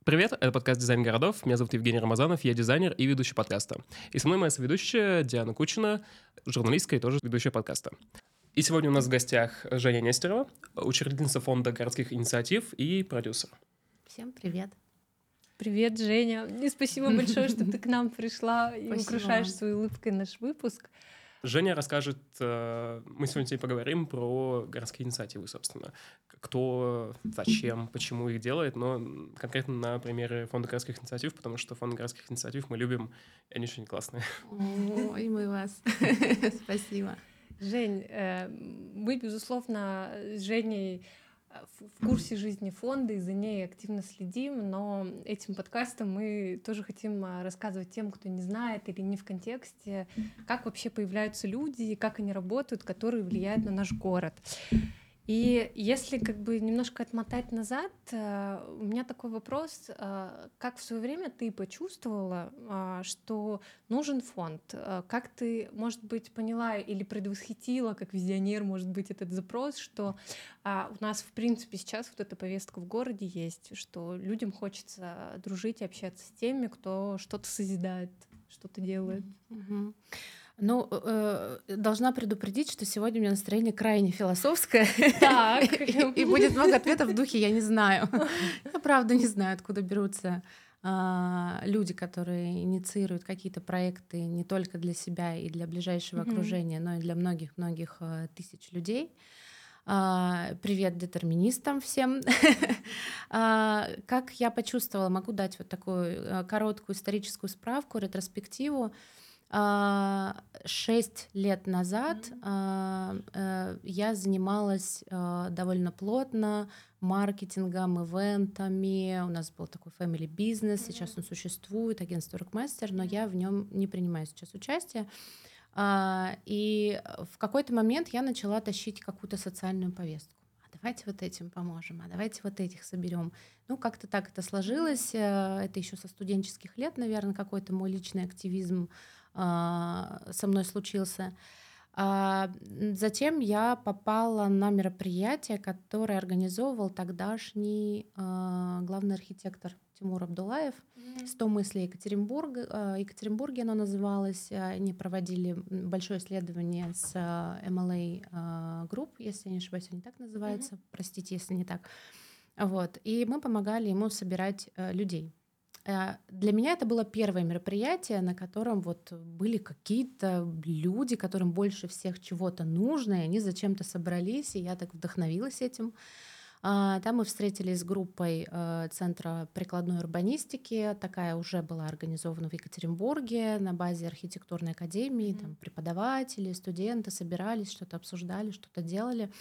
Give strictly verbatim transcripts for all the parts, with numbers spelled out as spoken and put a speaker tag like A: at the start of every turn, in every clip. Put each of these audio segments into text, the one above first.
A: Привет, это подкаст «Дизайн городов». Меня зовут Евгений Рамазанов, я дизайнер и ведущий подкаста. И со мной моя соведущая Диана Кучина, журналистка и тоже ведущая подкаста. И сегодня у нас в гостях Женя Нестерова, учредительница фонда городских инициатив и продюсер.
B: Всем привет.
C: Привет, Женя. И спасибо большое, что ты к нам пришла и
B: Спасибо
C: украшаешь
B: вам.
C: своей улыбкой наш выпуск.
A: Женя расскажет, э, мы сегодня с ней поговорим про городские инициативы, собственно. Кто, зачем, почему их делает, но конкретно на примере фонда городских инициатив, потому что фонд городских инициатив мы любим, и они очень классные.
B: Ой, мы вас. Спасибо.
C: Жень, э, мы, безусловно, с Женей в курсе жизни фонда и за ней активно следим, но этим подкастом мы тоже хотим рассказывать тем, кто не знает или не в контексте, как вообще появляются люди и как они работают, которые влияют на наш город. И если как бы немножко отмотать назад, у меня такой вопрос: как в свое время ты почувствовала, что нужен фонд? Как ты, может быть, поняла или предвосхитила, как визионер, может быть, этот запрос, что у нас, в принципе, сейчас вот эта повестка в городе есть, что людям хочется дружить и общаться с теми, кто что-то созидает, что-то делает?
B: Угу. Ну, э, должна предупредить, что сегодня у меня настроение крайне философское.
C: Так.
B: И будет много ответов в духе «я не знаю». Я правда не знаю, откуда берутся люди, которые инициируют какие-то проекты не только для себя и для ближайшего окружения, но и для многих-многих тысяч людей. Привет детерминистам всем. Как я почувствовала, могу дать вот такую короткую историческую справку, ретроспективу. Шесть лет назад mm-hmm. я занималась довольно плотно маркетингом, ивентами. У нас был такой family business, mm-hmm. сейчас он существует, агентство Workmaster, но я в нем не принимаю сейчас участие. И в какой-то момент я начала тащить какую-то социальную повестку. А давайте вот этим поможем, а давайте вот этих соберем. Ну, как-то так это сложилось. Это еще со студенческих лет, наверное, какой-то мой личный активизм со мной случился. Затем я попала на мероприятие, которое организовывал тогдашний главный архитектор Тимур Абдуллаев. «сто мыслей Екатеринбурга». Екатеринбурге оно называлось. Они проводили большое исследование с эм эл эй Group, если я не ошибаюсь, они так называются. Mm-hmm. Простите, если не так. Вот. И мы помогали ему собирать людей. Для меня это было первое мероприятие, на котором вот были какие-то люди, которым больше всех чего-то нужно, и они зачем-то собрались, и я так вдохновилась этим. Там мы встретились с группой Центра прикладной урбанистики, такая уже была организована в Екатеринбурге на базе архитектурной академии, mm-hmm. там преподаватели, студенты собирались, что-то обсуждали, что-то делали.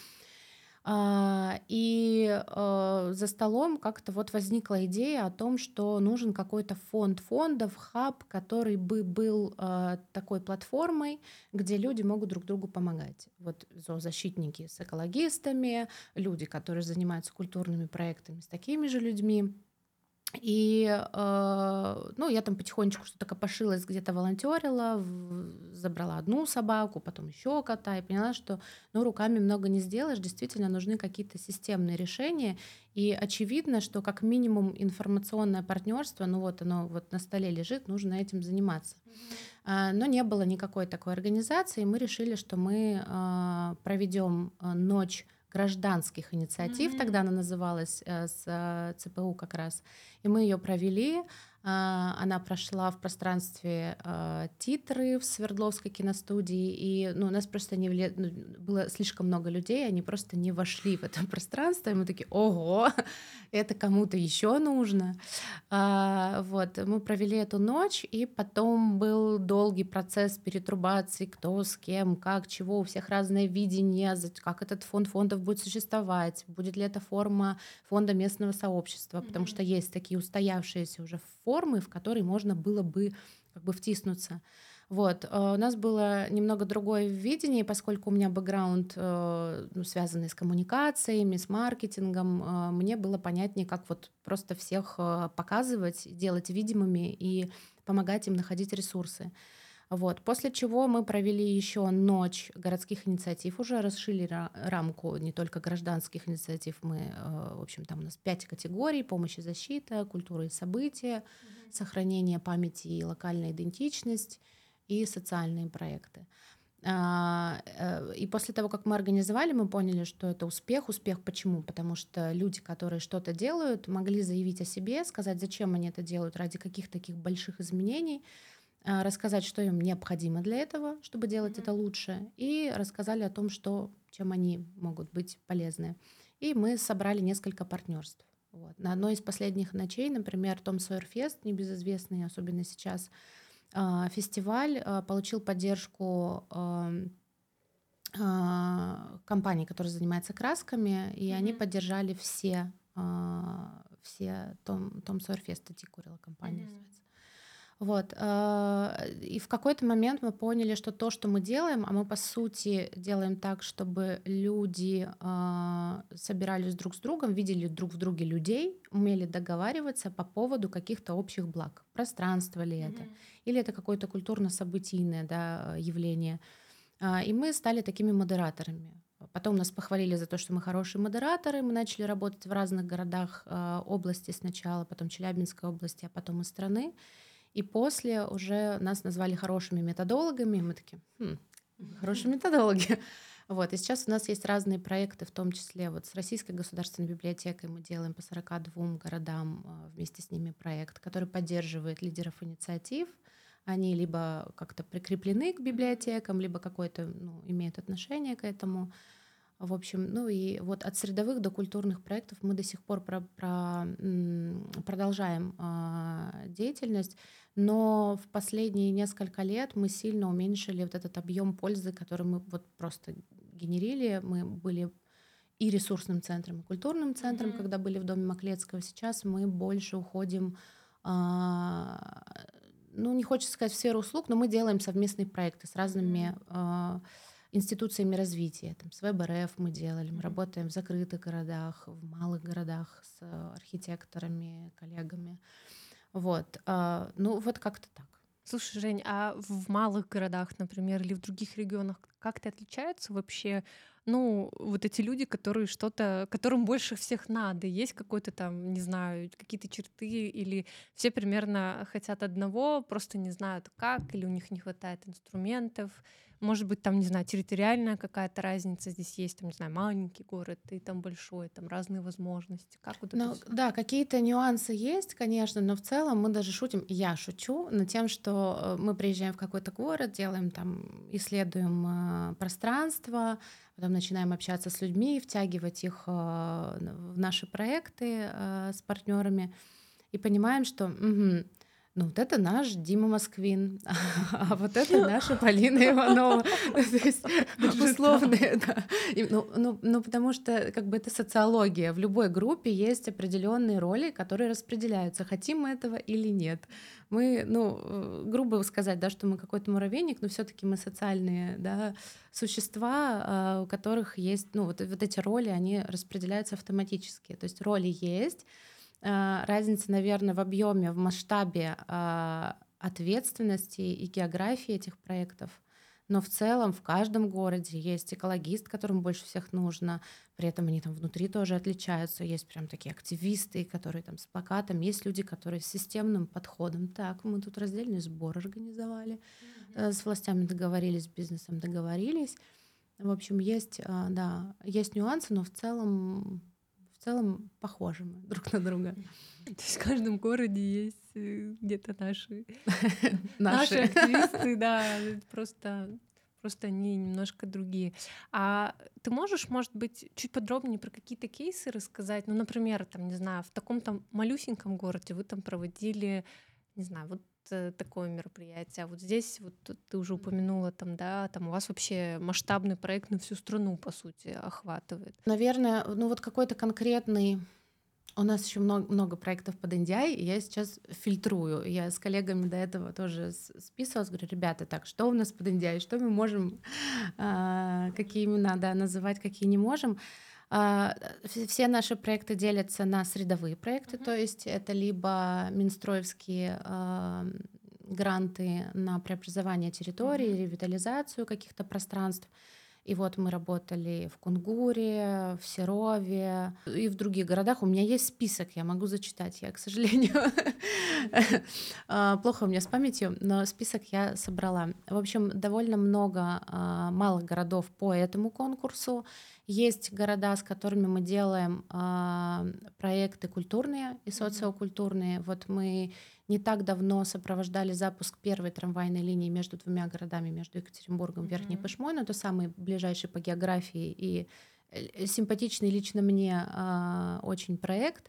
B: И за столом как-то вот возникла идея о том, что нужен какой-то фонд фондов, хаб, который бы был такой платформой, где люди могут друг другу помогать. Вот зоозащитники с экологистами, люди, которые занимаются культурными проектами с такими же людьми. И э, ну, я там потихонечку что-то копошилась, где-то волонтерила, в, забрала одну собаку, потом еще кота, и поняла, что ну, руками много не сделаешь, действительно нужны какие-то системные решения. И очевидно, что как минимум информационное партнерство, ну вот оно вот на столе лежит, нужно этим заниматься. Mm-hmm. Но не было никакой такой организации, и мы решили, что мы э, проведем ночь гражданских инициатив, mm-hmm. тогда она называлась, с ЦПУ как раз, и мы ее провели. Она прошла в пространстве «Титры» в Свердловской киностудии, и ну, у нас просто не влез... было слишком много людей, они просто не вошли в это пространство, и мы такие: ого, это кому-то еще нужно. Вот, мы провели эту ночь, и потом был долгий процесс перетрубации, кто с кем, как, чего, у всех разное видение, как этот фонд фондов будет существовать, будет ли это форма фонда местного сообщества, mm-hmm. потому что есть такие устоявшиеся уже формы, в которые можно было бы как бы втиснуться. Вот. У нас было немного другое видение, поскольку у меня бэкграунд, ну, связанный с коммуникациями, с маркетингом, мне было понятнее, как вот просто всех показывать, делать видимыми и помогать им находить ресурсы. Вот. После чего мы провели еще ночь городских инициатив, уже расшили ра- рамку не только гражданских инициатив, мы, э, в общем, там у нас пять категорий: помощь и защита, культура и события, mm-hmm. сохранение памяти и локальная идентичность и социальные проекты. А, э, И после того, как мы организовали, мы поняли, что это успех. Успех почему? Потому что люди, которые что-то делают, могли заявить о себе, сказать, зачем они это делают, ради каких таких больших изменений, а, рассказать, что им необходимо для этого, чтобы делать mm-hmm. это лучше, и рассказали о том, что, чем они могут быть полезны. И мы собрали несколько партнерств. Вот. На одной из последних ночей, например, Том Сойер Фест, небезызвестный, особенно сейчас, а, фестиваль а, получил поддержку а, а, компании, которая занимается красками, и mm-hmm. они поддержали все, а, все Том, Том Сойер Фест, Тикурила компания mm-hmm. называется. Вот. И в какой-то момент мы поняли, что то, что мы делаем, а мы по сути делаем так, чтобы люди собирались друг с другом, видели друг в друге людей, умели договариваться по поводу каких-то общих благ. Пространство ли это, mm-hmm. или это какое-то культурно-событийное, да, явление. И мы стали такими модераторами. Потом нас похвалили за то, что мы хорошие модераторы. Мы начали работать в разных городах области сначала, потом Челябинской области, а потом и страны. И после уже нас назвали хорошими методологами. И мы такие, хм, хорошие методологи. Вот. И сейчас у нас есть разные проекты, в том числе вот с Российской государственной библиотекой мы делаем по сорока двум городам вместе с ними проект, который поддерживает лидеров инициатив. Они либо как-то прикреплены к библиотекам, либо какое-то, ну, имеют отношение к этому. В общем, ну и вот от средовых до культурных проектов мы до сих пор про, про, продолжаем э, деятельность, но в последние несколько лет мы сильно уменьшили вот этот объем пользы, который мы вот просто генерили. Мы были и ресурсным центром, и культурным центром, mm-hmm. когда были в Доме Маклецкого. Сейчас мы больше уходим, э, ну не хочется сказать в сферу услуг, но мы делаем совместные проекты с разными э, институциями развития. Там, с ВЭБ-РФ мы делали, мы работаем в закрытых городах, в малых городах с архитекторами, коллегами. Вот. Ну, вот как-то так.
C: Слушай, Жень, а в малых городах, например, или в других регионах как-то отличаются вообще, ну, вот эти люди, которые что-то, которым больше всех надо? Есть какой-то там, не знаю, какие-то черты, или все примерно хотят одного, просто не знают как, или у них не хватает инструментов? Может быть, там, не знаю, территориальная какая-то разница здесь есть, там, не знаю, маленький город, и там большой, там разные возможности. Как вот
B: ну,
C: это всё?
B: Да, какие-то нюансы есть, конечно, но в целом мы даже шутим, я шучу над тем, что мы приезжаем в какой-то город, делаем там, исследуем э, пространство, потом начинаем общаться с людьми, втягивать их э, в наши проекты э, с партнерами и понимаем, что угу, ну вот это наш Дима Москвин, а вот это наша Полина Иванова. То есть условные, да. Ну, ну, ну, потому что как бы это социология. В любой группе есть определенные роли, которые распределяются, хотим мы этого или нет. Мы, ну, грубо сказать, да, что мы какой-то муравейник, но все-таки мы социальные, да, существа, у которых есть, ну, вот, вот эти роли, они распределяются автоматически. То есть роли есть. Разница, наверное, в объеме, в масштабе ответственности и географии этих проектов. Но в целом в каждом городе есть экологист, которому больше всех нужно. При этом они там внутри тоже отличаются. Есть прям такие активисты, которые там с плакатом. Есть люди, которые с системным подходом. Так, мы тут раздельный сбор организовали. Mm-hmm. С властями договорились, с бизнесом договорились. В общем, есть, да, есть нюансы, но в целом... В целом похожи мы друг на друга.
C: То есть в каждом городе есть где-то наши,
B: наши.
C: наши активисты, да, просто, просто они немножко другие. А ты можешь, может быть, чуть подробнее про какие-то кейсы рассказать? Ну, например, там, не знаю, в таком-то малюсеньком городе вы там проводили, не знаю, вот такое мероприятие. А вот здесь вот ты уже упомянула, там, да, там у вас вообще масштабный проект на всю страну, по сути, охватывает.
B: Наверное, ну вот какой-то конкретный... У нас еще много, много проектов под эн ди ай, и я сейчас фильтрую. Я с коллегами до этого тоже списывалась, говорю, ребята, так, что у нас под эн ди ай, что мы можем, а, какие имена, да, называть, какие не можем. Все наши проекты делятся на средовые проекты, uh-huh. то есть это либо минстроевские гранты на преобразование территории, ревитализацию каких-то пространств. И вот мы работали в Кунгуре, в Серове и в других городах. У меня есть список, я могу зачитать. Я, к сожалению, а, плохо у меня с памятью, но список я собрала. В общем, довольно много а, малых городов по этому конкурсу. Есть города, с которыми мы делаем а, проекты культурные и социокультурные. Вот мы не так давно сопровождали запуск первой трамвайной линии между двумя городами, между Екатеринбургом и Верхней Пышмой, но это самый ближайший по географии и э, симпатичный лично мне а, очень проект.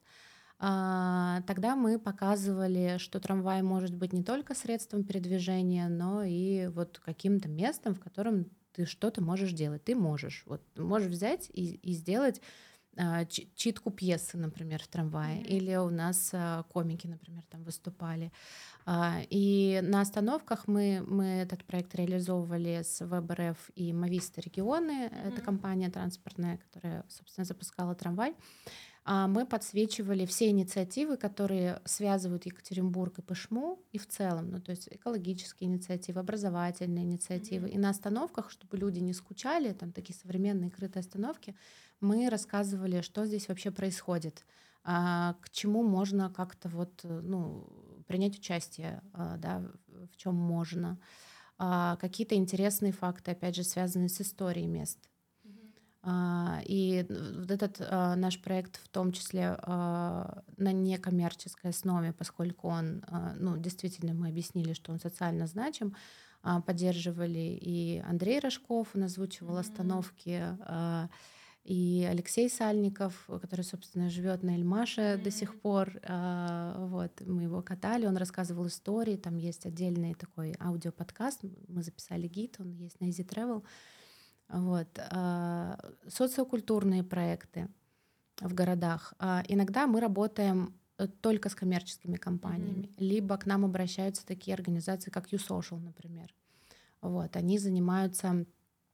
B: А, Тогда мы показывали, что трамвай может быть не только средством передвижения, но и вот каким-то местом, в котором ты что-то можешь делать. Ты можешь. Вот можешь взять и, и сделать а, чи- читку пьесы, например, в трамвае.
C: Мгм.
B: Или у нас а, комики, например, там выступали. А, И на остановках мы, мы этот проект реализовывали с ВЭБ-РФ и Мовиста регионы. Это
C: Мгм.
B: компания транспортная, которая, собственно, запускала трамвай. А, Мы подсвечивали все инициативы, которые связывают Екатеринбург и Пышму, и в целом, ну, то есть экологические инициативы, образовательные инициативы.
C: Мгм.
B: И на остановках, чтобы люди не скучали, там такие современные крытые остановки, мы рассказывали, что здесь вообще происходит, а, к чему можно как-то вот, э, ну, принять участие, а, да, в в чем можно. А, Какие-то интересные факты, опять же, связанные с историей мест.
C: Мгм.
B: А, И вот этот а, наш проект в том числе а, на некоммерческой основе, поскольку он, а, ну, действительно, мы объяснили, что он социально значим, а, поддерживали и Андрей Рожков, он озвучивал
C: Мгм.
B: остановки, а, и Алексей Сальников, который, собственно, живет на Эльмаше до сих
C: Мгм.
B: пор. а, Вот, мы его катали, он рассказывал истории, там есть отдельный такой аудиоподкаст, мы записали гид, он есть на Easy Travel. Вот. а, Социокультурные проекты в городах. А, Иногда мы работаем э, только с коммерческими компаниями,
C: Мгм.
B: либо к нам обращаются такие организации, как YouSocial, например. Вот. Они занимаются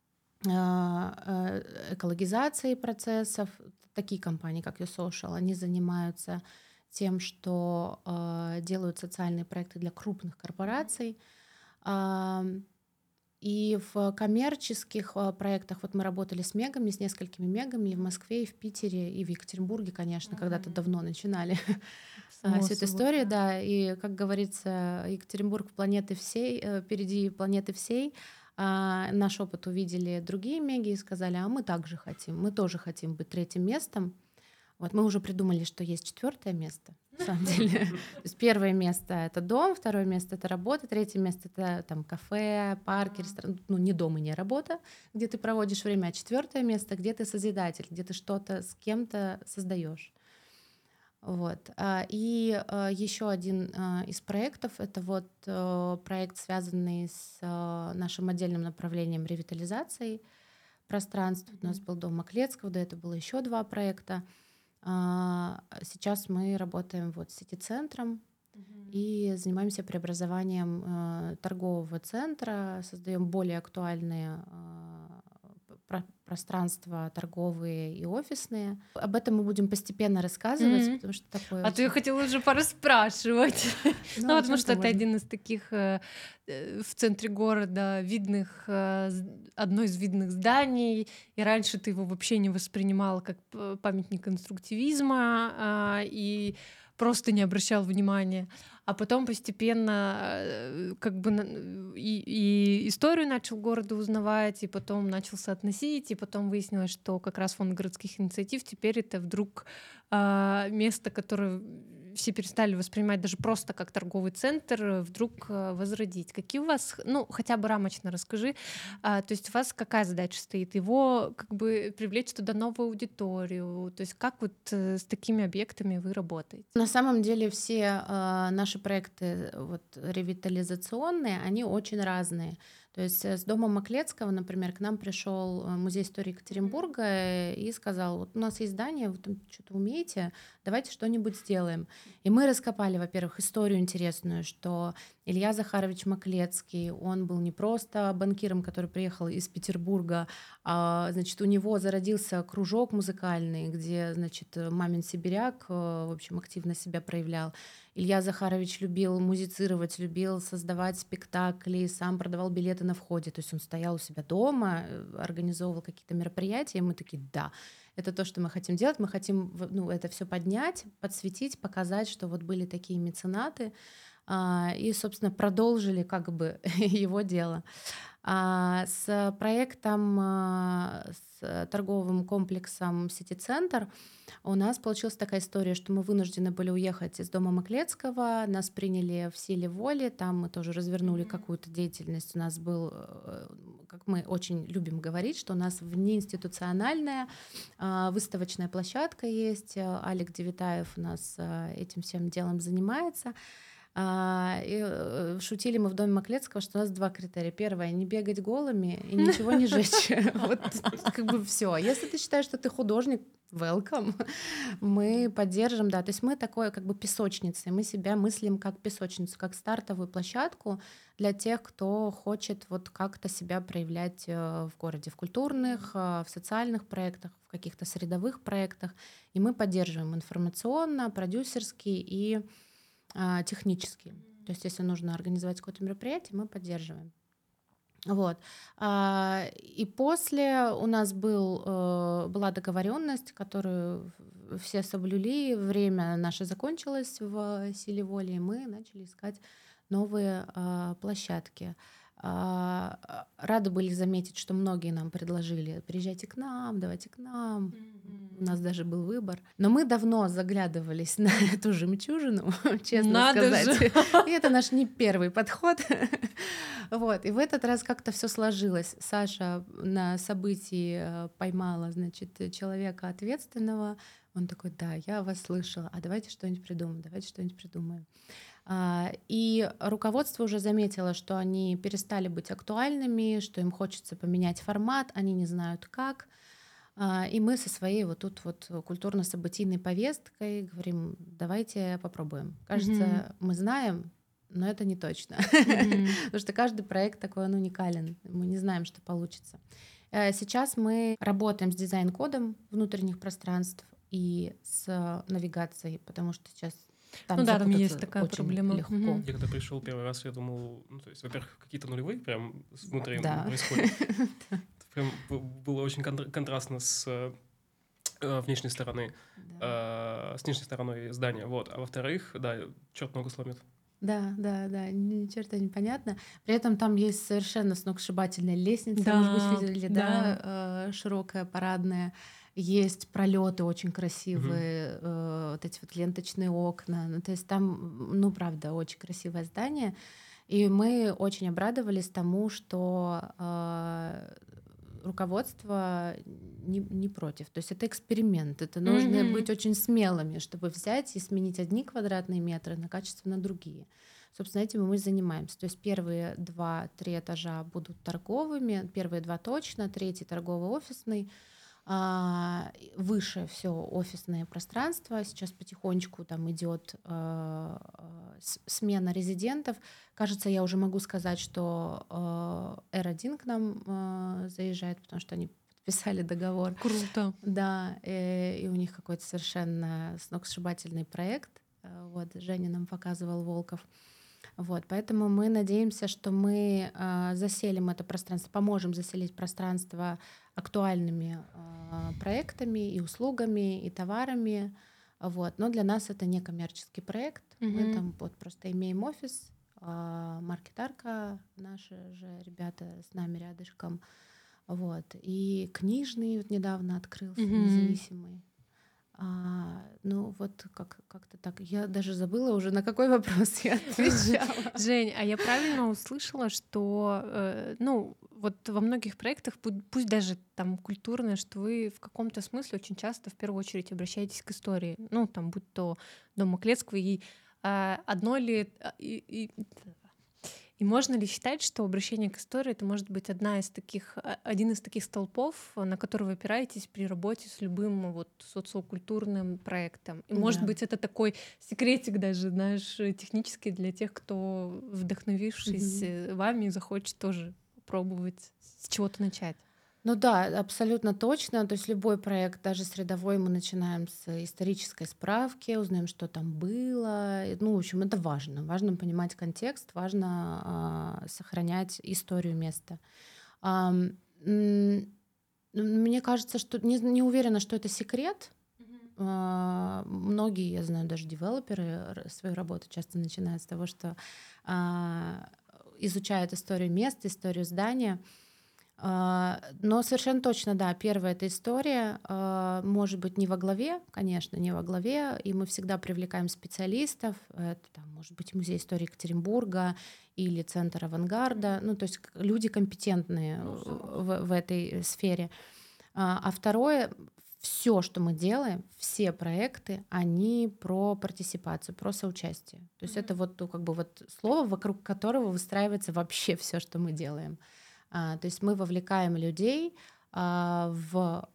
B: а, э, экологизацией процессов. Такие компании, как YouSocial, они занимаются тем, что а, делают социальные проекты для крупных корпораций. А, и в коммерческих а, проектах вот мы работали с мегами, с несколькими мегами и в Москве, и в Питере, и в Екатеринбурге, конечно, когда-то
C: Мгм.
B: давно начинали а,
C: Само
B: всю эту
C: собой,
B: историю,
C: да.
B: да. И, как говорится, Екатеринбург планеты всей, э, впереди планеты всей. А, Наш опыт увидели другие меги и сказали, а мы также хотим, мы тоже хотим быть третьим местом. Вот мы уже придумали, что есть четвертое место. На самом деле, то есть первое место это дом, второе место это работа, третье место это там кафе, парки,
C: Ага.
B: ресторан. Ну не дом и не работа, где ты проводишь время, а четвертое место, где ты созидатель, где ты что-то с кем-то создаешь. Вот. А, И а, еще один а, из проектов это вот э, проект, связанный с а, нашим отдельным направлением ревитализации пространств. У нас
C: Мгм.
B: был дом Маклецкого, до этого было еще два проекта. А, Сейчас мы работаем вот с сити-центром
C: Мгм.
B: и занимаемся преобразованием э, торгового центра, создаем более актуальные а, про- пространства торговые и офисные. Об этом мы будем постепенно рассказывать,
C: Мгм.
B: потому что такое
C: А то я
B: очень...
C: хотела уже пораспрашивать.
B: Ну,
C: Ну,
B: о
C: потому
B: чем
C: что
B: то
C: это
B: можно.
C: один из таких э, э, в центре города видных, э, з- одно из видных зданий, и раньше ты его вообще не воспринимал как п- памятник конструктивизма, а, и просто не обращал внимания. А потом постепенно э, как бы на- и, и историю начал города узнавать, и потом начал соотносить, и потом выяснилось, что как раз фонд городских инициатив теперь это вдруг а, место, которое все перестали воспринимать даже просто как торговый центр, э, вдруг э, возродить. Какие у вас, х- ну, хотя бы рамочно расскажи, а, то есть у вас какая задача стоит? Его как бы привлечь туда новую аудиторию, то есть как вот э, с такими объектами вы работаете?
B: На самом деле все а, наши проекты э, вот, ревитализационные, они очень разные. То есть э, с домом Маклецкого, например, к нам пришел Музей истории
C: Мгм.
B: Екатеринбурга э, и сказал, вот у нас есть здание, вы там что-то умеете, давайте что-нибудь сделаем. И мы раскопали, во-первых, историю интересную, что Илья Захарович Маклецкий, он был не просто банкиром, который приехал из Петербурга, а, значит, у него зародился кружок музыкальный, где, значит, мамин сибиряк, в общем, активно себя проявлял. Илья Захарович любил музицировать, любил создавать спектакли, сам продавал билеты на входе. То есть он стоял у себя дома, организовывал какие-то мероприятия, и мы такие, да, это то, что мы хотим делать. Мы хотим, ну, это все поднять, подсветить, показать, что вот были такие меценаты, и, собственно, продолжили как бы его дело. С проектом, с торговым комплексом «Сити-центр» у нас получилась такая история, что мы вынуждены были уехать из дома Маклецкого, нас приняли в «Силе воли», там мы тоже развернули mm-hmm. какую-то деятельность. У нас был, как мы очень любим говорить, что у нас внеинституциональная выставочная площадка есть. Алик Девитаев у нас этим всем делом занимается. И шутили мы в доме Маклецкого, что у нас два критерия. Первое — не бегать голыми и ничего не жечь. Вот как бы все. Если ты считаешь, что ты художник, welcome. Мы поддержим, да. То есть мы такое как бы песочница. Мы себя мыслим как песочницу, как стартовую площадку для тех, кто хочет вот как-то себя проявлять в городе, в культурных, в социальных проектах, в каких-то средовых проектах. И мы поддерживаем информационно, продюсерски и технически. То есть если нужно организовать какое-то мероприятие, мы поддерживаем. Вот. И после у нас был, была договоренность, которую все соблюли. Время наше закончилось в «Силе воли», и мы начали искать новые площадки. Рады были заметить, что многие нам предложили: приезжайте к нам, давайте к нам. Mm-hmm. У нас даже был выбор. Но мы давно заглядывались на эту жемчужину, честно
C: Надо
B: сказать.
C: Же.
B: И это наш не первый подход. Вот. И в этот раз как-то все сложилось. Саша на событии поймала, значит, человека ответственного. Он такой: да, я вас слышала, а давайте что-нибудь придумаем, давайте что-нибудь придумаем. И руководство уже заметило, что они перестали быть актуальными, что им хочется поменять формат, они не знают как. И мы со своей вот тут вот культурно-событийной повесткой говорим: давайте попробуем. Кажется, mm-hmm. мы знаем, но это не точно. Mm-hmm. Потому что каждый проект такой, он уникален. Мы не знаем, что получится. Сейчас мы работаем с дизайн-кодом внутренних пространств и с навигацией, потому что сейчас там
C: ну да, там есть такая проблема.
B: Легко.
A: Mm-hmm. Я когда пришел первый раз, я думал, ну, то есть, во-первых, какие-то нулевые прям внутри да. происходят. Прям было очень контрастно с э, внешней стороны, да. э, с внешней стороной здания. Вот. А во-вторых, да, черт ногу сломит.
B: Да, да, да, ни черта непонятно. При этом там есть совершенно сногсшибательная лестница,
C: да,
B: может быть, видели, да,
C: да
B: э, широкая, парадная. Есть пролеты очень красивые, mm-hmm. э, вот эти вот ленточные окна. Ну, то есть там, ну, правда, очень красивое здание. И мы очень обрадовались тому, что э, руководство не, не против. То есть это эксперимент. Это нужно mm-hmm. быть очень смелыми, чтобы взять и сменить одни квадратные метры на качественно другие. Собственно, этим мы занимаемся. То есть первые два-три этажа будут торговыми, первые два точно, третий торгово-офисный. Выше все офисное пространство. Сейчас потихонечку там идет э, смена резидентов. Кажется, я уже могу сказать, что э, эр один к нам э, заезжает, потому что они подписали договор.
C: Круто.
B: Да, и, и у них какой-то совершенно сногсшибательный проект. Вот, Женя нам показывал Волков. Вот, поэтому мы надеемся, что мы э, заселим это пространство, поможем заселить пространство актуальными э, проектами и услугами, и товарами. Вот. Но для нас это не коммерческий проект. Mm-hmm. Мы там вот просто имеем офис, э, маркетарка, наши же ребята с нами рядышком. Вот. И книжный вот недавно открылся, mm-hmm. независимый. А, ну вот как, как-то так. Я даже забыла уже, на какой вопрос я отвечала.
C: Жень, а я правильно услышала, что э, ну вот во многих проектах, пусть даже там культурные, что вы в каком-то смысле очень часто в первую очередь обращаетесь к истории. Ну там будь то Дом Маклецкого и э, одно ли... И, и, И можно ли считать, что обращение к истории — это может быть одна из таких, а, один из таких столпов, на который вы опираетесь при работе с любым вот социокультурным проектом? И, может
B: Да.
C: быть, это такой секретик даже, знаешь, технический для тех, кто, вдохновившись
B: Мгм.
C: э, вами, захочет тоже попробовать с чего-то начать.
B: Ну да, абсолютно точно. То есть любой проект, даже средовой, мы начинаем с исторической справки, узнаем, что там было. И, Ну, в общем, это важно. Важно понимать контекст, важно а, сохранять историю места. Ам, м, Мне кажется, что не, не уверена, что это секрет. А, Многие, я знаю, даже девелоперы р- свою работу часто начинают с того, что а, изучают историю места, историю здания. А, Но совершенно точно, да, первая эта история, а, может быть, не во главе, конечно, не во главе, и мы всегда привлекаем специалистов. Это там, может быть, музей истории Екатеринбурга или Центр авангарда, ну, то есть к- люди компетентные
C: Ну, само
B: в, в этой сфере. А а второе, все, что мы делаем, все проекты, они про партисипацию, про соучастие. То есть это
C: Мгм.
B: вот, ну, как бы вот слово, вокруг которого выстраивается вообще все, что мы делаем. А, то есть мы вовлекаем людей а, в,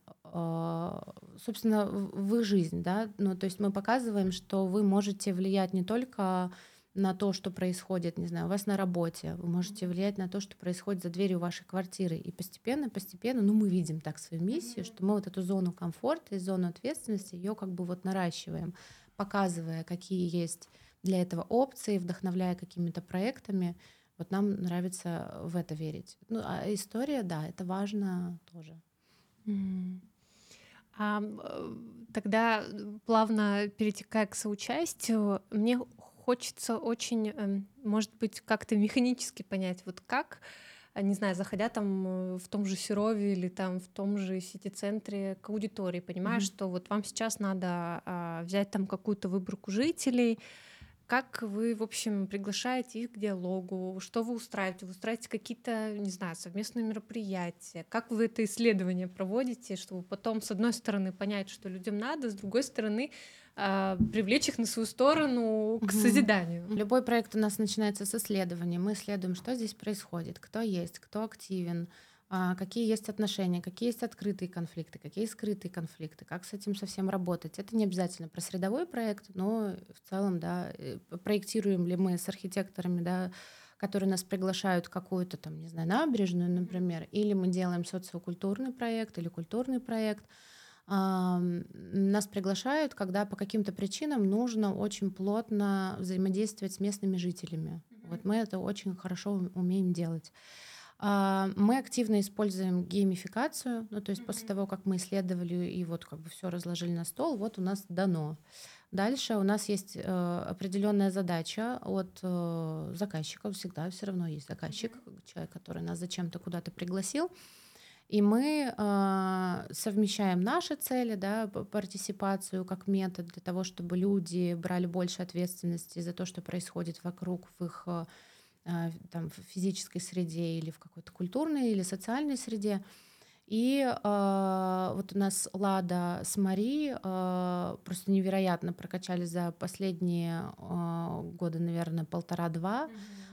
B: а, собственно, в в их жизнь, да. Ну, то есть мы показываем, что вы можете влиять не только на то, что происходит, не знаю, у вас на работе, вы можете влиять на то, что происходит за дверью вашей квартиры. И постепенно, постепенно, ну, мы видим так свою миссию,
C: Мгм.
B: что мы вот эту зону комфорта и зону ответственности, ее как бы вот наращиваем, показывая, какие есть для этого опции, вдохновляя какими-то проектами. Вот нам нравится в это верить. Ну, а история, да, это важно тоже.
C: М. А, м, э, тогда, э, плавно перетекая к соучастию, мне хочется очень, эм, может быть, как-то механически понять, вот как, а, не знаю, заходя там э, в том же Серове или там в том же сити-центре к аудитории, понимаешь,
B: Мгм.
C: что вот вам сейчас надо а, взять там какую-то выборку жителей, как вы, в общем, приглашаете их к диалогу? Что вы устраиваете? Вы устраиваете какие-то, не знаю, совместные мероприятия? Как вы это исследование проводите, чтобы потом, с одной стороны, понять, что людям надо, с другой стороны, а, привлечь их на свою сторону к
B: Мгм.
C: созиданию?
B: Любой проект у нас начинается с исследования. Мы исследуем, что здесь происходит, кто есть, кто активен, а, какие есть отношения, какие есть открытые конфликты, какие скрытые конфликты, как с этим совсем работать. Это не обязательно про средовой проект, но в целом, да, э, проектируем ли мы с архитекторами, да, которые нас приглашают в какую-то там, не знаю, набережную, например, или мы делаем социокультурный проект или культурный проект. Ам, Нас приглашают, когда по каким-то причинам нужно очень плотно взаимодействовать с местными жителями. Вот мы это очень хорошо ум- умеем делать. А, Мы активно используем геймификацию, ну то есть после того, как мы исследовали и вот как бы все разложили на стол, вот у нас дано. Дальше у нас есть э, определенная задача от э, заказчика, всегда все равно есть заказчик, человек, который нас зачем-то куда-то пригласил. И мы а, совмещаем наши цели, да, п- партисипацию как метод для того, чтобы люди брали больше ответственности за то, что происходит вокруг в их а, а, там, в физической среде или в какой-то культурной или социальной среде. И а, вот у нас Лада с Мари а, просто невероятно прокачали за последние а, года, наверное, полтора-два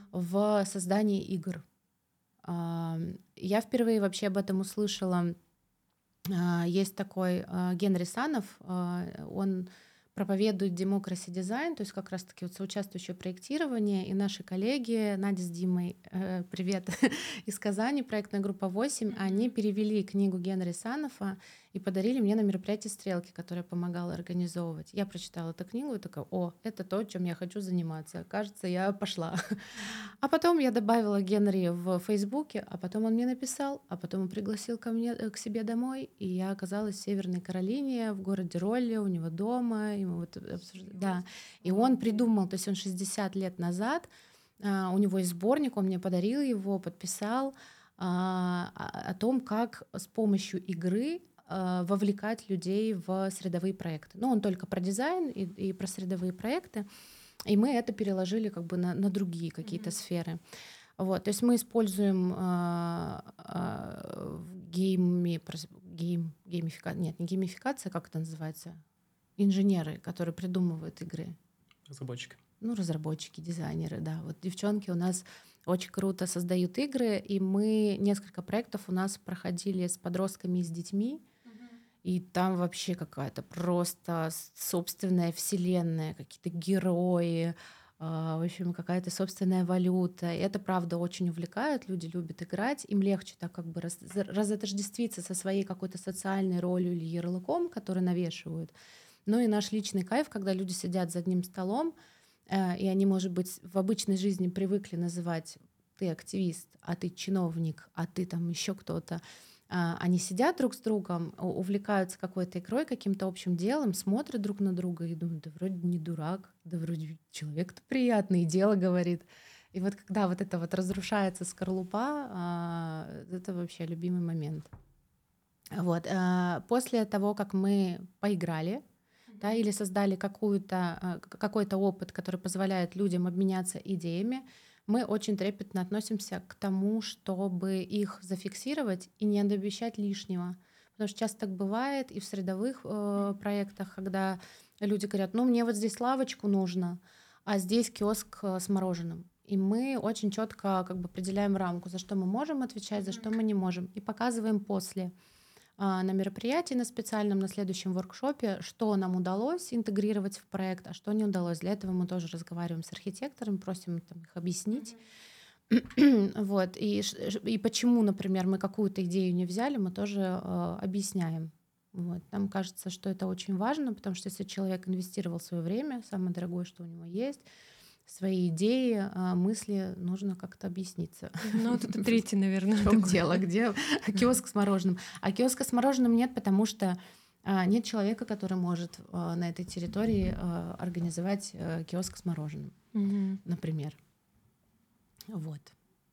B: в создании игр. Ам, Я впервые вообще об этом услышала. А, Есть такой а, Генри Санов, а, он проповедует democracy design, то есть как раз-таки вот соучаствующее проектирование. И наши коллеги Надя с Димой, э, привет, из Казани, проектная группа восемь, они
C: Мгм.
B: перевели книгу Генри Санова и подарили мне на мероприятии «Стрелки», которое я помогала организовывать. Я прочитала эту книгу и такая: о, это то, чем я хочу заниматься. Кажется, я пошла. А потом я добавила Генри в Фейсбуке, а потом он мне написал, а потом он пригласил ко мне, э, к себе домой, и я оказалась в Северной Каролине, в городе Ролли, у него дома, и мы вот обсужд- да, и он придумал, то есть он шестьдесят лет назад, а, у него есть сборник, он мне подарил его, подписал, а, о о том, как с помощью игры а, вовлекать людей в средовые проекты. Ну, он только про дизайн и, и про средовые проекты, и мы это переложили как бы на, на другие какие-то
C: Мгм.
B: сферы. Вот, то есть мы используем а, а, в гейме, прос- гейм, геймифика- нет, не геймификация, как это называется? Инженеры, которые придумывают игры.
A: Разработчики.
B: ну, разработчики, дизайнеры, да. Вот девчонки у нас очень круто создают игры, и мы несколько проектов у нас проходили с подростками и с детьми, и там вообще какая-то просто собственная вселенная, какие-то герои, а, в общем, какая-то собственная валюта. И это, правда, очень увлекает, люди любят играть, им легче так как бы раз, разотождествиться со своей какой-то социальной ролью или ярлыком, который навешивают. Ну и наш личный кайф, когда люди сидят за одним столом, э, и они, может быть, в обычной жизни привыкли называть ты активист, а ты чиновник, а ты там еще кто-то. А, Они сидят друг с другом, у- увлекаются какой-то игрой, каким-то общим делом, смотрят друг на друга и думают, да вроде не дурак, да вроде человек-то приятный, и дело говорит. И вот когда вот это вот разрушается скорлупа, а, это вообще любимый момент. Вот. а, После того, как мы поиграли, да, или создали какую-то, а, к- какой-то опыт, который позволяет людям обменяться идеями, мы очень трепетно относимся к тому, чтобы их зафиксировать и не обещать лишнего. Потому что часто так бывает и в средовых э, проектах, когда люди говорят, ну мне вот здесь лавочку нужно, а здесь киоск э, с мороженым. И мы очень четко как бы определяем рамку, за что мы можем отвечать, за что мы не можем. И показываем после а, на мероприятии на специальном, на следующем воркшопе, что нам удалось интегрировать в проект, а что не удалось. Для этого мы тоже разговариваем с архитекторами, просим там, их объяснить. Вот. И, ш- ш- и почему, например, мы какую-то идею не взяли, мы тоже э, объясняем. Вот. Нам кажется, что это очень важно, потому что если человек инвестировал свое время, самое дорогое, что у него есть, свои идеи, а, мысли, нужно как-то объясниться.
C: Ну, вот это третий, наверное,
B: В чем
C: такой.
B: дело, где киоск с мороженым. А киоска с мороженым нет, потому что а, нет человека, который может а, на этой территории а, организовать а, киоск с мороженым,
C: Мгм.
B: например. Вот.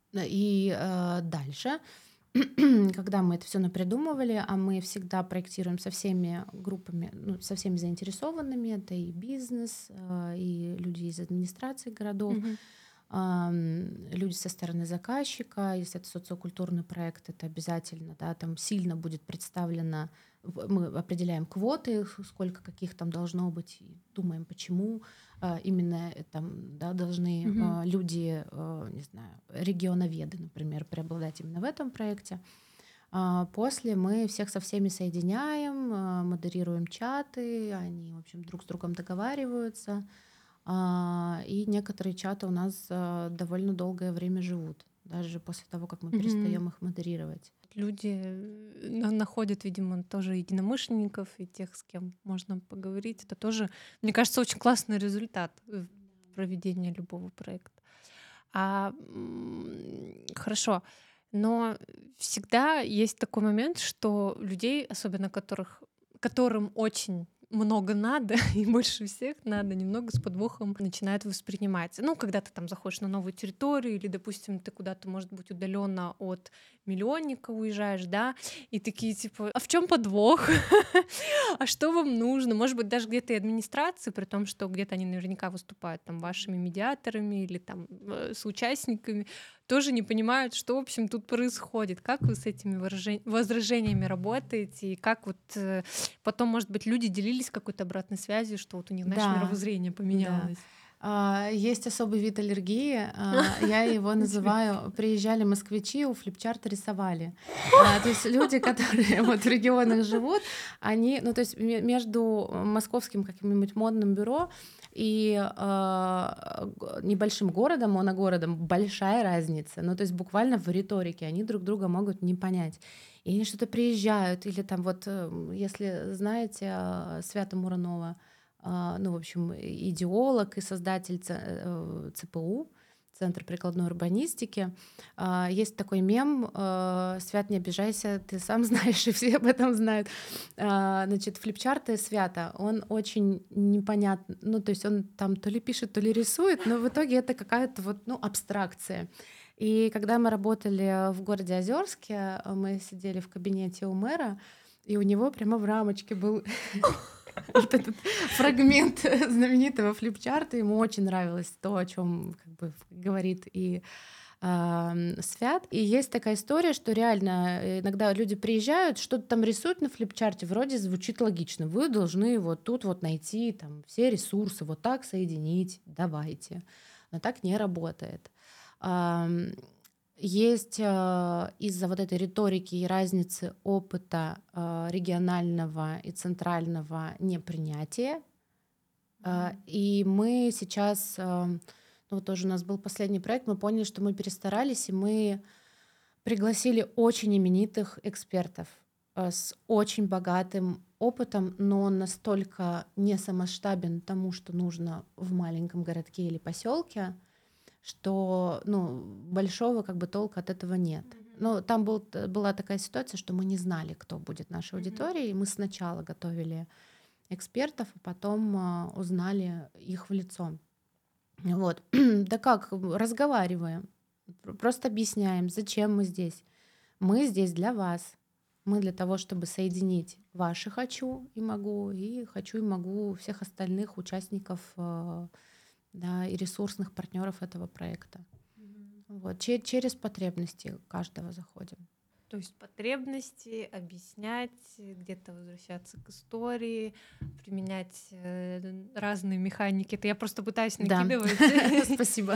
B: И а, дальше, когда мы это все напридумывали, а мы всегда проектируем со всеми группами, ну, со всеми заинтересованными, это и бизнес, а, и люди из администрации городов,
C: Мгм.
B: ам, люди со стороны заказчика, если это социокультурный проект, это обязательно, да, там сильно будет представлено, в- мы определяем квоты, с- сколько каких там должно быть, и думаем, почему а, именно э, там, да, должны
C: Мгм.
B: а, люди, а, не знаю, регионоведы, например, преобладать именно в этом проекте. А После мы всех со всеми соединяем, а, модерируем чаты, они, в общем, друг с другом договариваются. А, И некоторые чаты у нас а, довольно долгое время живут, даже после того, как мы
C: Мгм.
B: перестаем их модерировать.
C: Люди э, на- находят, видимо, тоже единомышленников и тех, с кем можно поговорить. Это тоже, мне кажется, очень классный результат э, проведения любого проекта. А м, хорошо, но всегда есть такой момент, что людей, особенно которых, которым очень много надо, и больше всех надо, немного с подвохом начинают воспринимать. Ну, когда ты там заходишь на новую территорию, или, допустим, ты куда-то, может быть, удаленно от миллионника уезжаешь, да, и такие типа, а в чем подвох? А что вам нужно? Может быть, даже где-то и администрации, при том, что где-то они наверняка выступают там вашими медиаторами или там э, соучастниками, тоже не понимают, что, в общем, тут происходит. Как вы с этими выражен- возражениями работаете? И как вот э, потом, может быть, люди делились какой-то обратной связью, что вот у них, знаешь,
B: Да,
C: мировоззрение
B: да.
C: поменялось?
B: А, Есть особый вид аллергии, а, я его называю «приезжали москвичи, у флипчарта рисовали». А, То есть люди, которые вот в регионах живут, они, ну то есть ме- между московским каким-нибудь модным бюро и а, г- небольшим городом, моногородом большая разница. Ну то есть буквально в риторике они друг друга могут не понять. И они что-то приезжают, или там вот, э, если знаете а, Свято Муранова, а, ну, в общем, идеолог и создатель Ц- э, ЦПУ, Центр прикладной урбанистики. А, Есть такой мем, э, «Свят, не обижайся, ты сам знаешь, и все об этом знают». А, Значит, флипчарты Свята, он очень непонятный, ну, то есть он там то ли пишет, то ли рисует, но в итоге это какая-то вот, ну, абстракция. И когда мы работали в городе Озерске, мы сидели в кабинете у мэра, и у него прямо в рамочке был вот этот фрагмент знаменитого флипчарта. Ему очень нравилось то, о чем как бы говорит и э, свят. И есть такая история, что реально иногда люди приезжают, что-то там рисуют на флипчарте, вроде звучит логично. Вы должны вот тут вот найти там все ресурсы, вот так соединить, давайте. Но так не работает. Ам, Есть э, из-за вот этой риторики и разницы опыта э, регионального и центрального непринятия. Э, И мы сейчас, э, ну вот тоже у нас был последний проект, мы поняли, что мы перестарались, и мы пригласили очень именитых экспертов э, с очень богатым опытом, но он настолько не самоштабен тому, что нужно в маленьком городке или поселке, что ну, большого как бы толка от этого нет. Но там был, была такая ситуация, что мы не знали, кто будет нашей аудиторией, и мы сначала готовили экспертов, а потом а, узнали их в лицо. Вот. Да как, разговариваем, пр- просто объясняем, зачем мы здесь. Мы здесь для вас. Мы для того, чтобы соединить ваши «хочу» и «могу», и «хочу» и «могу» всех остальных участников э, да, и ресурсных партнеров этого проекта. Вот. Че- через потребности каждого заходим.
C: То есть потребности, объяснять, где-то возвращаться к истории, применять э, разные механики. Это я просто пытаюсь
B: Да.
C: накидывать
B: Спасибо.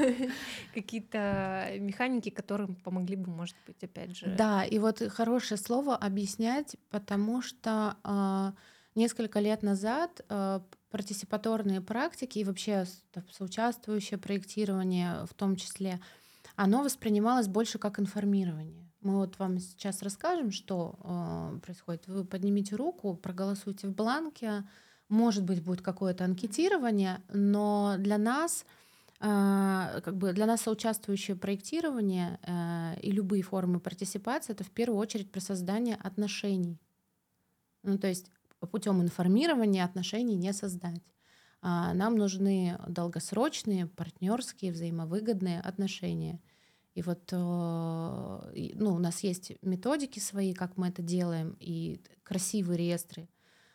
C: какие-то механики, которые помогли бы, может быть, опять же.
B: Да, и вот хорошее слово «объяснять», потому что а, несколько лет назад а, партисипаторные практики и вообще с- там, соучаствующее проектирование в том числе, оно воспринималось больше как информирование. Мы вот вам сейчас расскажем, что а, происходит. Вы поднимите руку, проголосуйте в бланке. Может быть, будет какое-то анкетирование, но для нас, а, как бы для нас соучаствующее проектирование э, и любые формы партисипации — это в первую очередь про создание отношений. Ну, то есть путем информирования отношений не создать. А нам нужны долгосрочные, партнерские, взаимовыгодные отношения. И вот э, и, ну, у нас есть методики свои, как мы это делаем, и красивые реестры,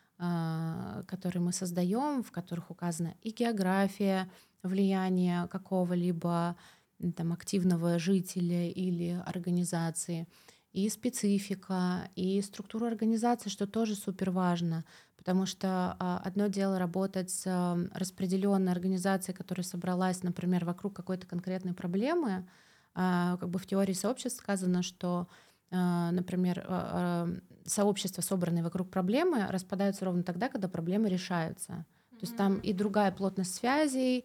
B: а, которые мы создаем, в которых указана и география влияния какого-либо м, там, активного жителя или организации, и специфика, и структура организации, что тоже супер важно, потому что а, одно дело работать с распределенной организацией, которая собралась, например, вокруг какой-то конкретной проблемы. А, как бы в теории сообществ сказано, что, а, например, а, а, сообщества, собранные вокруг проблемы, распадаются ровно тогда, когда проблемы решаются. То есть там и другая плотность связей,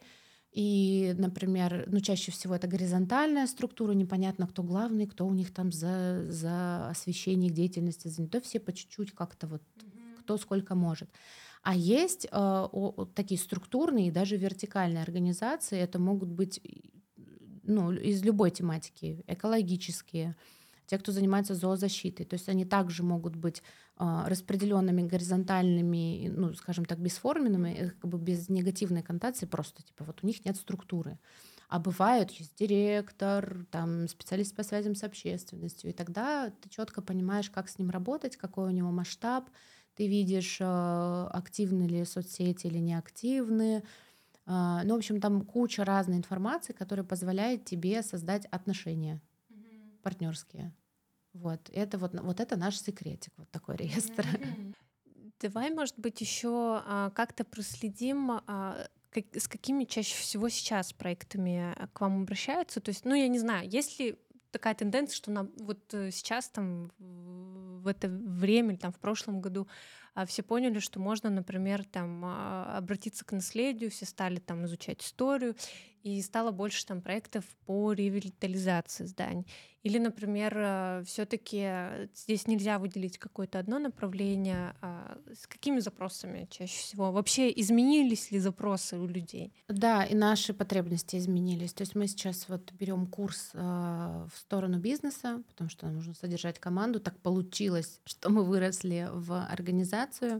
B: и, например, ну, чаще всего это горизонтальная структура, непонятно, кто главный, кто у них там за, за освещение их деятельности занят. То все по чуть-чуть как-то вот кто сколько может. А есть э, о- о- такие структурные и даже вертикальные организации. Это могут быть и, ну, из любой тематики, экологические, те, кто занимается зоозащитой. То есть они также могут быть а, распределенными, горизонтальными, и, ну, скажем так, бесформенными, э, как бы без негативной коннотации, просто типа вот у них нет структуры. А бывают, есть директор, там, специалист по связям с общественностью, и тогда ты четко понимаешь, как с ним работать, какой у него масштаб, ты видишь, а, активны ли соцсети или неактивны. А, Ну, в общем, там куча разной информации, которая позволяет тебе создать отношения партнерские. Вот. Это вот, вот это наш секретик, вот такой реестр.
C: Давай, может быть, еще как-то проследим, а, как- с какими чаще всего сейчас проектами а, к вам обращаются. То есть, ну, я не знаю, есть ли такая тенденция, что на, вот э, сейчас там в в это время или там в прошлом году а, все поняли, что можно, например, там а, обратиться к наследию, все стали там изучать историю, и стало больше там проектов по ревитализации зданий. Или, например, все-таки здесь нельзя выделить какое-то одно направление. а С какими запросами чаще всего? Вообще изменились ли запросы у людей?
B: Да, и наши потребности изменились. То есть мы сейчас вот берем курс э, в сторону бизнеса, потому что нам нужно содержать команду. Так получилось, что мы выросли в организацию.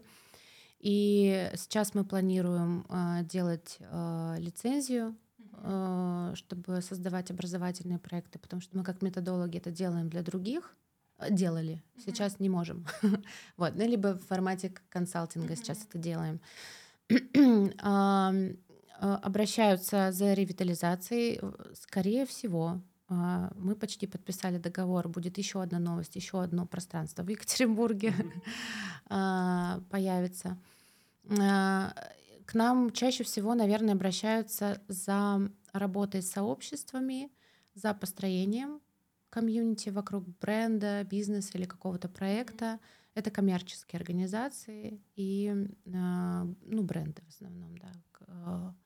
B: И сейчас мы планируем э, делать э, лицензию, э, чтобы создавать образовательные проекты, потому что мы как методологи это делаем для других. Э, Делали, сейчас не можем. Вот, ну, либо в формате к- консалтинга сейчас это делаем. Ам, э, Обращаются за ревитализацией, э, скорее всего, а, мы почти подписали договор, будет еще одна новость, еще одно пространство в Екатеринбурге а, появится. А, К нам чаще всего, наверное, обращаются за работой с сообществами, за построением комьюнити вокруг бренда, бизнеса или какого-то проекта. Это коммерческие организации и а, ну, бренды в основном, да. К- а,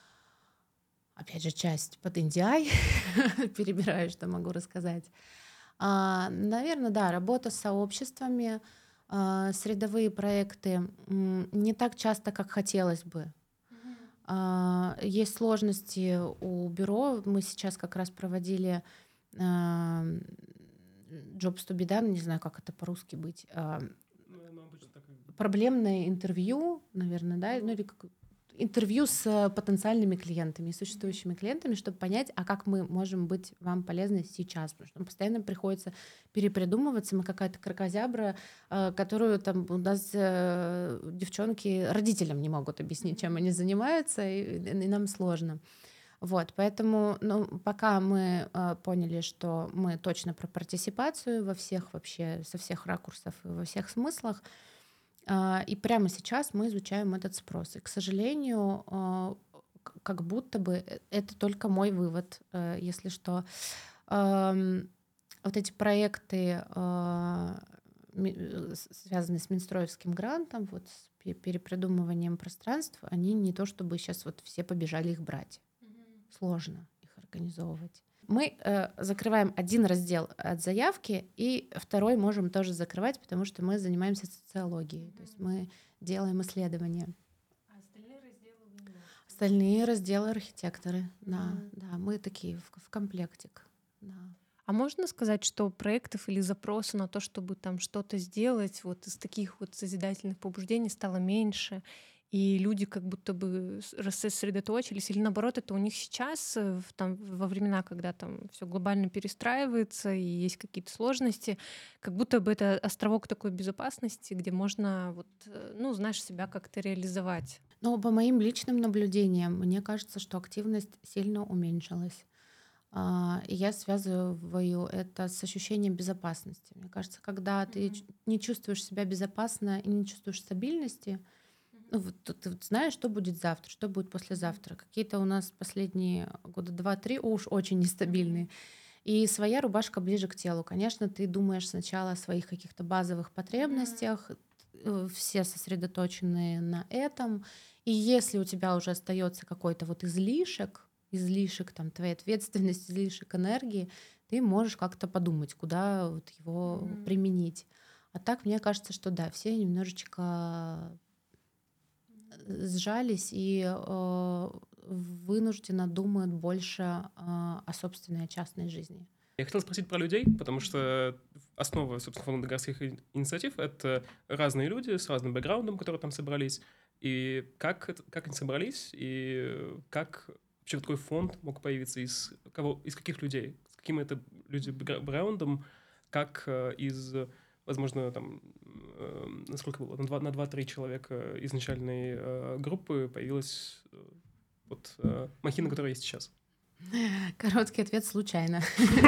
B: Опять же, часть под эн ди ай, перебираю, что могу рассказать. А, наверное, да, работа с сообществами, а, средовые проекты м, не так часто, как хотелось бы. А, Есть сложности у бюро. Мы сейчас как раз проводили а, Jobs to be done, не знаю, как это по-русски быть. а, Проблемное интервью, наверное, да, ну или как интервью с э, потенциальными клиентами, существующими клиентами, чтобы понять, а как мы можем быть вам полезны сейчас, потому что нам постоянно приходится перепридумываться, мы какая-то кракозябра, э, которую там у нас э, девчонки родителям не могут объяснить, чем они занимаются, и, и нам сложно. Вот, поэтому, ну, пока мы э, поняли, что мы точно про партиципацию во всех вообще, со всех ракурсов и во всех смыслах, а, и прямо сейчас мы изучаем этот спрос. И, к сожалению, а, к- как будто бы э- это только мой вывод, э, если что. Ам, Вот эти проекты, а, ми- э, с- связанные с Минстроевским грантом, вот с пе- перепридумыванием пространств, они не то чтобы сейчас вот все побежали их брать. Сложно их организовывать. Мы э, закрываем один раздел от заявки, и второй можем тоже закрывать, потому что мы занимаемся социологией. То есть мы делаем исследования.
C: А остальные разделы вы не можете?
B: Остальные разделы архитекторы. Да,
C: Мгм.
B: да, мы такие в, в комплектик. Да.
C: А можно сказать, что проектов или запроса на то, чтобы там что-то сделать, вот из таких вот созидательных побуждений стало меньше, и люди как будто бы с- рассосредоточились, или наоборот, это у них сейчас, э, в- там, во времена, когда там все глобально перестраивается и есть какие-то сложности, как будто бы это островок такой безопасности, где можно, вот, э, ну, знаешь, себя как-то реализовать.
B: Но по моим личным наблюдениям, мне кажется, что активность сильно уменьшилась. А, И я связываю это с ощущением безопасности. Мне кажется, когда ты ч- не чувствуешь себя безопасно и не чувствуешь стабильности, ну, вот ты, ты вот знаешь, что будет завтра, что будет послезавтра. Какие-то у нас последние года два-три уж очень нестабильные. И своя рубашка ближе к телу. Конечно, ты думаешь сначала о своих каких-то базовых потребностях, э, все сосредоточены на этом. И если у тебя уже остается какой-то вот излишек, излишек там твоей ответственности, излишек энергии, ты можешь как-то подумать, куда вот его
C: Мгм.
B: применить. А так, мне кажется, что да, все немножечко сжались и э, вынужденно думают больше э, о собственной частной жизни.
A: Я хотел спросить про людей, потому что основа, собственно, фонда городских и- инициатив — это разные люди с разным бэкграундом, которые там собрались. И как, это- как они собрались, и как вообще такой фонд мог появиться, из кого, из каких людей, с каким это люди бэкгра- бэкграундом, как э, из, возможно, там, э, насколько было, на два- на два-три человека изначальной э, группы появилась э, вот э, махина, которая есть сейчас.
B: Короткий ответ — случайно.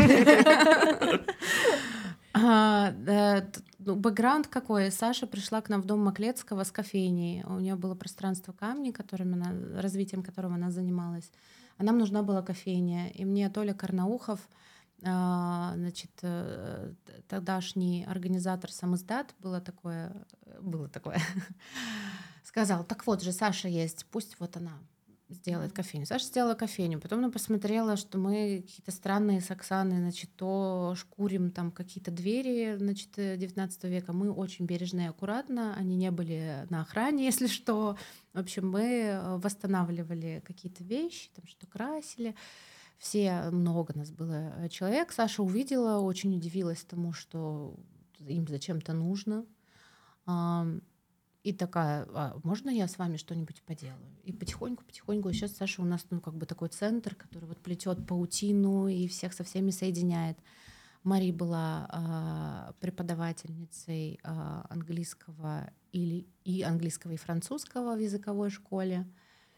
B: А, да, т- ну, бэкграунд какой? Саша пришла к нам в дом Маклецкого с кофейней. У нее было пространство камни, которым она, развитием которого она занималась. А нам нужна была кофейня. И мне Толя Карнаухов, а, значит, э, т- тогдашний организатор «Самиздат», было такое, э, было такое, сказал: так вот же, Саша есть, пусть вот она сделает кофейню. Саша сделала кофейню. Потом она посмотрела, что мы какие-то странные с Оксаной, значит, то шкурим там какие-то двери, значит, э, девятнадцатого века. Мы очень бережно и аккуратно. Они не были на охране, если что. В общем, мы э, восстанавливали какие-то вещи, там что красили. Все, много нас было э, человек. Саша увидела, очень удивилась тому, что им зачем-то нужно. Ам, И такая: а можно я с вами что-нибудь поделаю? И потихоньку-потихоньку. Сейчас Саша у нас, ну, как бы такой центр, который вот плетет паутину и всех со всеми соединяет. Мари была а, преподавательницей а, английского или и английского, и французского в языковой школе.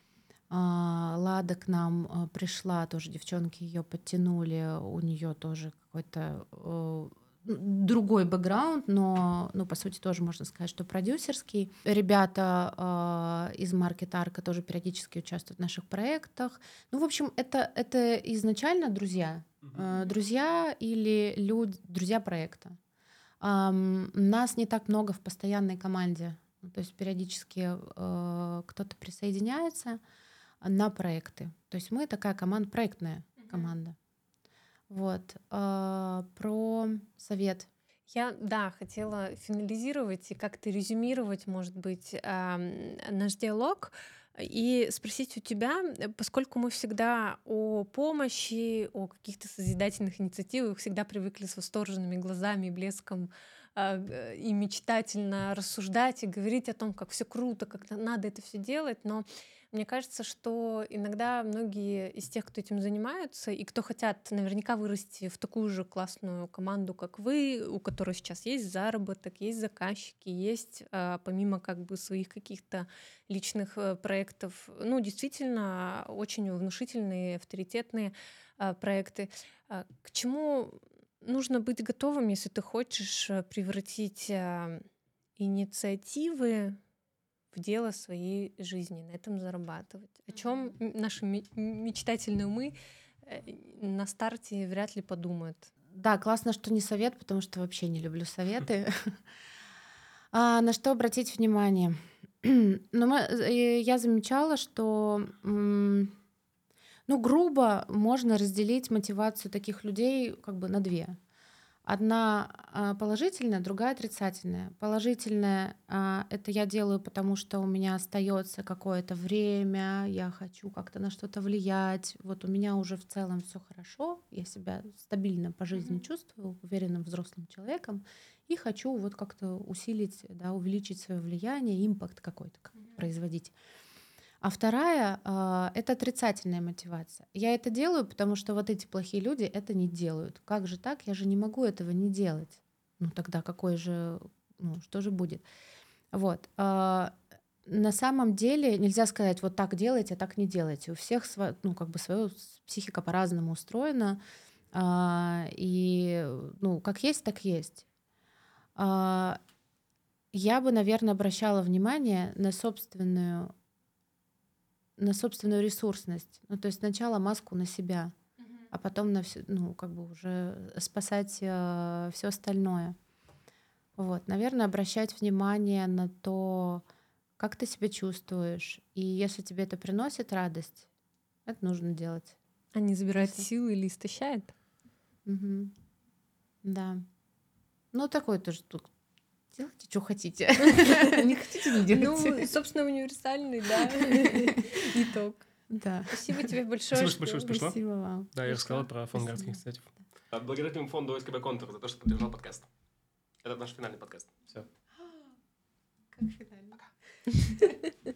B: А, Лада к нам а, пришла, тоже девчонки ее подтянули, у нее тоже какой-то э, другой бэкграунд, но, ну, по сути, тоже можно сказать, что продюсерский. Ребята э, из Market Arc тоже периодически участвуют в наших проектах. Ну, в общем, это, это изначально друзья. Э, друзья или люди, друзья проекта. Ам, нас не так много в постоянной команде. Ну, то есть периодически э, кто-то присоединяется на проекты. То есть мы такая команда, проектная команда. Вот. А, про совет.
C: Я, да, хотела финализировать и как-то резюмировать, может быть, ам, наш диалог и спросить у тебя, э, поскольку мы всегда о помощи, о каких-то созидательных инициативах всегда привыкли с восторженными глазами, блеском а, г- и мечтательно рассуждать и говорить о том, как все круто, как на- надо это все делать, но мне кажется, что иногда многие из тех, кто этим занимаются и кто хотят наверняка вырасти в такую же классную команду, как вы, у которой сейчас есть заработок, есть заказчики, есть а, помимо как бы своих каких-то личных э, проектов, ну, действительно, очень внушительные, авторитетные а, проекты. А, К чему нужно быть готовым, если ты хочешь э, превратить а, инициативы в дело своей жизни, на этом зарабатывать? О чем наши ме- мечтательные умы э, на старте вряд ли подумают.
B: Да, классно, что не совет, потому что вообще не люблю советы. А, на что обратить внимание? Ну, мы, э, я замечала, что, м, ну, грубо можно разделить мотивацию таких людей как бы на две. Одна а, положительная, другая отрицательная. Положительная а, это я делаю, потому что у меня остается какое-то время, я хочу как-то на что-то влиять. Вот у меня уже в целом все хорошо, я себя стабильно по жизни
C: Мгм.
B: чувствую, уверенным взрослым человеком, и хочу вот как-то усилить, да, увеличить свое влияние, импакт какой-то как бы производить. А вторая а, это отрицательная мотивация. Я это делаю, потому что вот эти плохие люди это не делают. Как же так? Я же не могу этого не делать. Ну тогда какой же, ну что же будет? Вот. А, на самом деле нельзя сказать, вот так делайте, а так не делайте. У всех сва- ну, как бы своя психика по-разному устроена. А, и ну, как есть, так есть. А, я бы, наверное, обращала внимание на собственную на собственную ресурсность. Ну, то есть сначала маску на себя, а потом на все, ну, как бы уже спасать все остальное. Вот, наверное, обращать внимание на то, как ты себя чувствуешь. И если тебе это приносит радость, это нужно делать.
C: А не забирает
B: Если-
C: силы или истощает?
B: Мгм. Да. Ну, такой тоже тут. Делайте, что хотите. Не хотите, не
C: Ну,
B: делайте.
C: собственно, универсальный, да, итог.
B: Да.
C: Спасибо тебе большое,
A: Спасибо,
C: что...
A: большое, что пришла.
B: Спасибо вам.
A: Да, я рассказал про фонд
B: Спасибо.
A: городских инициатив. Благодарим фонду СКБ Контур за то, что поддержал подкаст. Это наш финальный подкаст. Все.
B: Как финально.